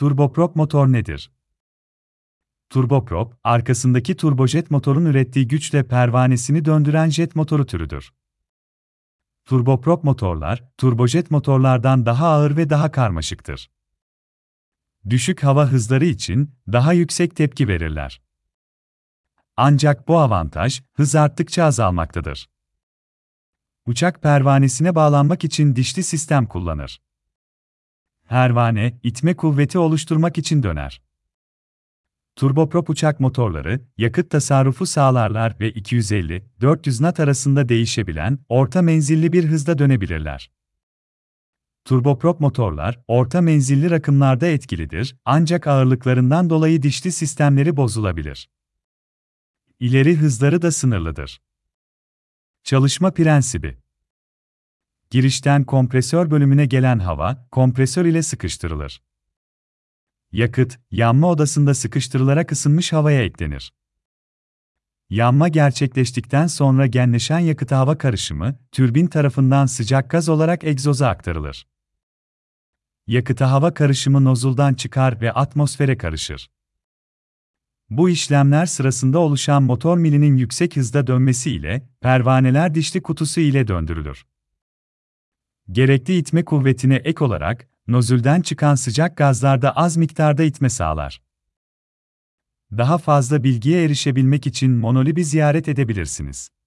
Turboprop motor nedir? Turboprop, arkasındaki turbojet motorun ürettiği güçle pervanesini döndüren jet motoru türüdür. Turboprop motorlar, turbojet motorlardan daha ağır ve daha karmaşıktır. Düşük hava hızları için daha yüksek tepki verirler. Ancak bu avantaj, hız arttıkça azalmaktadır. Uçak pervanesine bağlanmak için dişli sistem kullanır. Pervane, itme kuvveti oluşturmak için döner. Turboprop uçak motorları, yakıt tasarrufu sağlarlar ve 250-400 knot arasında değişebilen, orta menzilli bir hızda dönebilirler. Turboprop motorlar, orta menzilli rakımlarda etkilidir, ancak ağırlıklarından dolayı dişli sistemleri bozulabilir. İleri hızları da sınırlıdır. Çalışma prensibi: girişten kompresör bölümüne gelen hava, kompresör ile sıkıştırılır. Yakıt, yanma odasında sıkıştırılarak ısınmış havaya eklenir. Yanma gerçekleştikten sonra genleşen yakıt-hava karışımı, türbin tarafından sıcak gaz olarak egzoza aktarılır. Yakıt-hava karışımı nozuldan çıkar ve atmosfere karışır. Bu işlemler sırasında oluşan motor milinin yüksek hızda dönmesi ile, pervaneler dişli kutusu ile döndürülür. Gerekli itme kuvvetine ek olarak, nozülden çıkan sıcak gazlar da az miktarda itme sağlar. Daha fazla bilgiye erişebilmek için Monolib'i ziyaret edebilirsiniz.